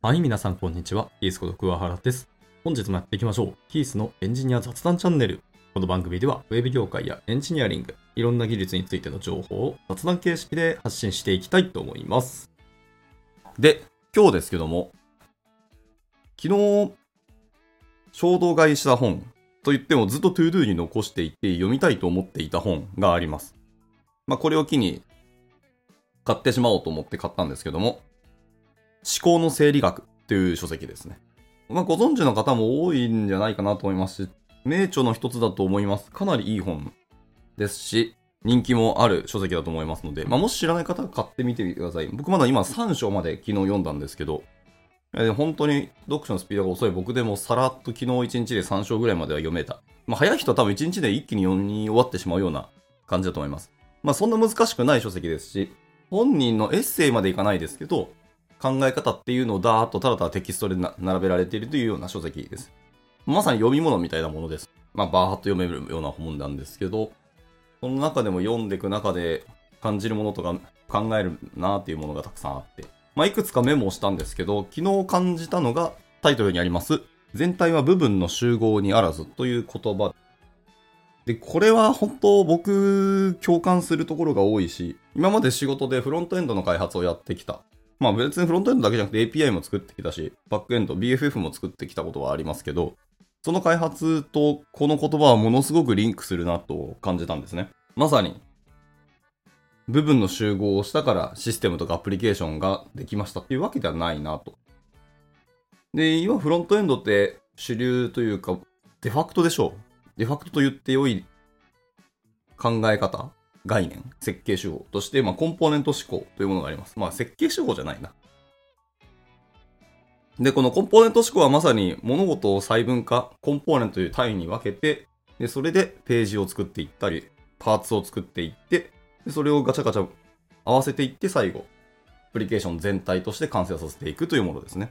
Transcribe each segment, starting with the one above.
はい、皆さんこんにちは。キースこと桑原です。本日もやっていきましょう。キースのエンジニア雑談チャンネル。この番組では、ウェブ業界やエンジニアリング、いろんな技術についての情報を雑談形式で発信していきたいと思います。で、今日ですけども、昨日、衝動買いした本といってもずっとトゥードゥに残していて読みたいと思っていた本があります。これを機に買ってしまおうと思って買ったんですけども、思考の整理学という書籍ですね。ご存知の方も多いんじゃないかなと思いますし、名著の一つだと思います。かなりいい本ですし、人気もある書籍だと思いますので、もし知らない方は買ってみてください。僕まだ今3章まで昨日読んだんですけど、本当に読書のスピードが遅い僕でもさらっと昨日1日で3章ぐらいまでは読めた。早い人は多分1日で一気に読み終わってしまうような感じだと思います。そんな難しくない書籍ですし、本人のエッセイまでいかないですけど、考え方っていうのをダーッとただただテキストで並べられているというような書籍です。まさに読み物みたいなものです。バーッと読めるような本なんですけど、その中でも読んでいく中で感じるものとか考えるなーっていうものがたくさんあって、いくつかメモをしたんですけど、昨日感じたのがタイトルにあります、全体は部分の集合にあらずという言葉。で、これは本当僕共感するところが多いし、今まで仕事でフロントエンドの開発をやってきた。別にフロントエンドだけじゃなくて API も作ってきたし、バックエンド、BFF も作ってきたことはありますけど、その開発とこの言葉はものすごくリンクするなと感じたんですね。まさに、部分の集合をしたからシステムとかアプリケーションができましたっていうわけではないなと。で、今フロントエンドって主流というか、デファクトでしょう。デファクトと言って良い考え方、概念、設計手法として、コンポーネント思考というものがあります。設計手法じゃないな。で、このコンポーネント思考はまさに物事を細分化、コンポーネントという単位に分けて、で、それでページを作っていったり、パーツを作っていって、でそれをガチャガチャ合わせていって最後、アプリケーション全体として完成させていくというものですね。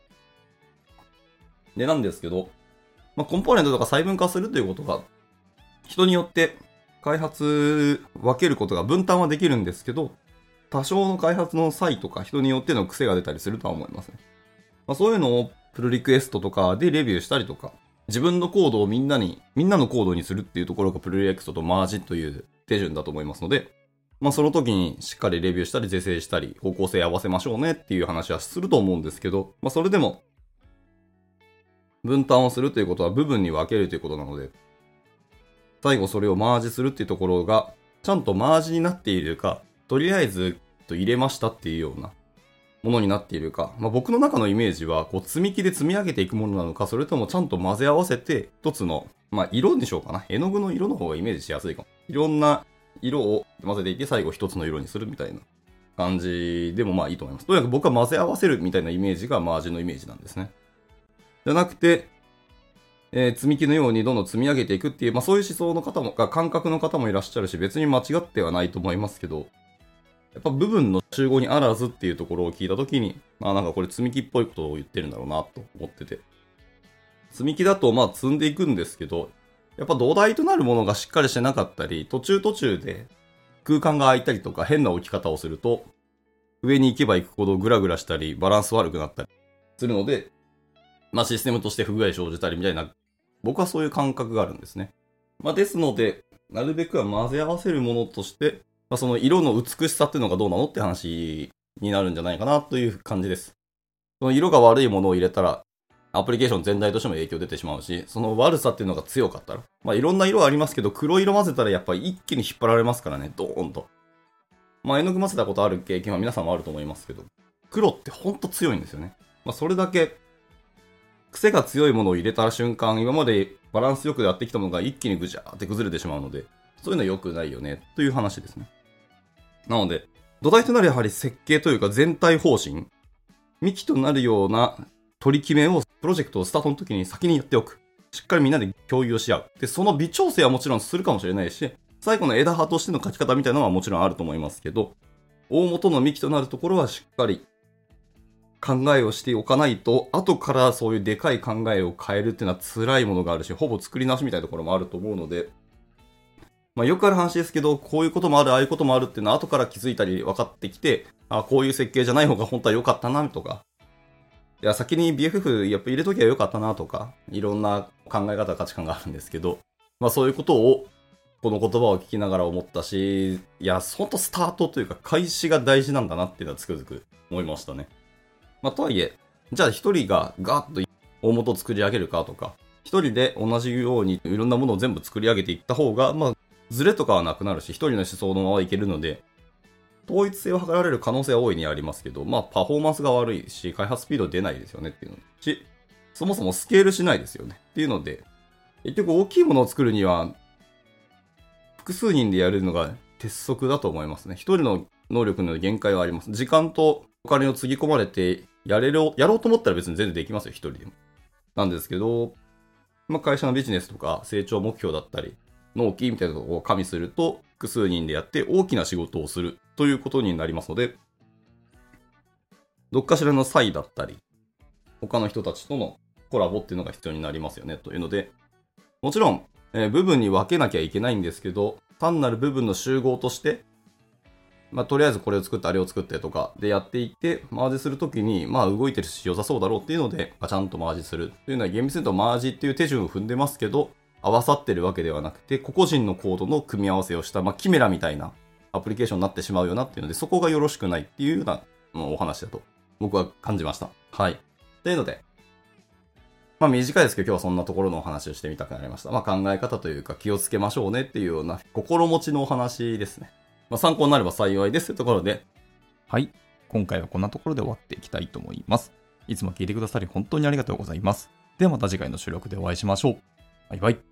で、なんですけど、コンポーネントとか細分化するということが、人によって開発分けることが分担はできるんですけど、多少の開発の際とか人によっての癖が出たりするとは思いますね。そういうのをプルリクエストとかでレビューしたりとか、自分のコードをみんなのコードにするっていうところがプルリクエストとマージという手順だと思いますので、その時にしっかりレビューしたり是正したり方向性合わせましょうねっていう話はすると思うんですけど、それでも分担をするということは部分に分けるということなので、最後それをマージするっていうところがちゃんとマージになっているか、とりあえず入れましたっていうようなものになっているか、僕の中のイメージは積み木で積み上げていくものなのか、それともちゃんと混ぜ合わせて一つの色にしようかな。絵の具の色の方がイメージしやすいかも。いろんな色を混ぜていって最後一つの色にするみたいな感じでもいいと思います。とにかく僕は混ぜ合わせるみたいなイメージがマージのイメージなんですね。じゃなくて、積み木のようにどんどん積み上げていくっていう、そういう思想の方も、感覚の方もいらっしゃるし、別に間違ってはないと思いますけど、やっぱ部分の集合にあらずっていうところを聞いたときに、これ積み木っぽいことを言ってるんだろうなと思ってて。積み木だと積んでいくんですけど、やっぱ土台となるものがしっかりしてなかったり、途中で空間が空いたりとか変な置き方をすると、上に行けば行くほどグラグラしたり、バランス悪くなったりするので、システムとして不具合生じたりみたいな、僕はそういう感覚があるんですね。ですので、なるべくは混ぜ合わせるものとして、その色の美しさっていうのがどうなのって話になるんじゃないかなという感じです。その色が悪いものを入れたら、アプリケーション全体としても影響出てしまうし、その悪さっていうのが強かったら、いろんな色ありますけど、黒色混ぜたらやっぱり一気に引っ張られますからね、ドーンと。絵の具混ぜたことある経験は皆さんもあると思いますけど、黒ってほんと強いんですよね。それだけ、癖が強いものを入れた瞬間、今までバランスよくやってきたものが一気にぐじゃーって崩れてしまうので、そういうのは良くないよね、という話ですね。なので、土台となるやはり設計というか全体方針、幹となるような取り決めをプロジェクトをスタートの時に先にやっておく。しっかりみんなで共有し合う。で、その微調整はもちろんするかもしれないし、最後の枝葉としての書き方みたいなのはもちろんあると思いますけど、大元の幹となるところはしっかり考えをしておかないと、後からそういうでかい考えを変えるっていうのは辛いものがあるし、ほぼ作り直しみたいなところもあると思うので、よくある話ですけど、こういうこともある、ああいうこともあるっていうのは後から気づいたり分かってきて、こういう設計じゃない方が本当は良かったなとか、 いや、先に BFF やっぱ入れときゃよかったなとか、いろんな考え方、価値観があるんですけど、まあそういうことを、この言葉を聞きながら思ったし、いや、ほんとスタートというか、開始が大事なんだなっていうのはつくづく思いましたね。まあとはいえ、じゃあ一人がガーッと大元を作り上げるかとか、一人で同じようにいろんなものを全部作り上げていった方が、まあ、ズレとかはなくなるし、一人の思想のままいけるので、統一性を図られる可能性は大いにありますけど、まあ、パフォーマンスが悪いし、開発スピード出ないですよねっていうのし、そもそもスケールしないですよねっていうので、結局大きいものを作るには、複数人でやるのが鉄則だと思いますね。一人の能力の限界はあります。時間とお金をつぎ込まれて、やろうと思ったら別に全然できますよ、一人でも。なんですけど、まあ、会社のビジネスとか成長目標だったり、納期みたいなところを加味すると、複数人でやって大きな仕事をするということになりますので、どっかしらの差異だったり、他の人たちとのコラボっていうのが必要になりますよねというので、もちろん、部分に分けなきゃいけないんですけど、単なる部分の集合として、まあ、とりあえずこれを作ってあれを作ってとかでやっていって、マージするときに、まあ動いてるし良さそうだろうっていうので、ちゃんとマージするっていうのは厳密に言うとマージっていう手順を踏んでますけど、合わさってるわけではなくて、個々人のコードの組み合わせをした、まあキメラみたいなアプリケーションになってしまうよなっていうので、そこがよろしくないっていうようなお話だと僕は感じました。はい。というので、まあ短いですけど今日はそんなところのお話をしてみたくなりました。まあ考え方というか気をつけましょうねっていうような心持ちのお話ですね。まあ参考になれば幸いですというところで。 はい。今回はこんなところで終わっていきたいと思います。いつも聞いてくださり本当にありがとうございます。ではまた次回の収録でお会いしましょう。バイバイ。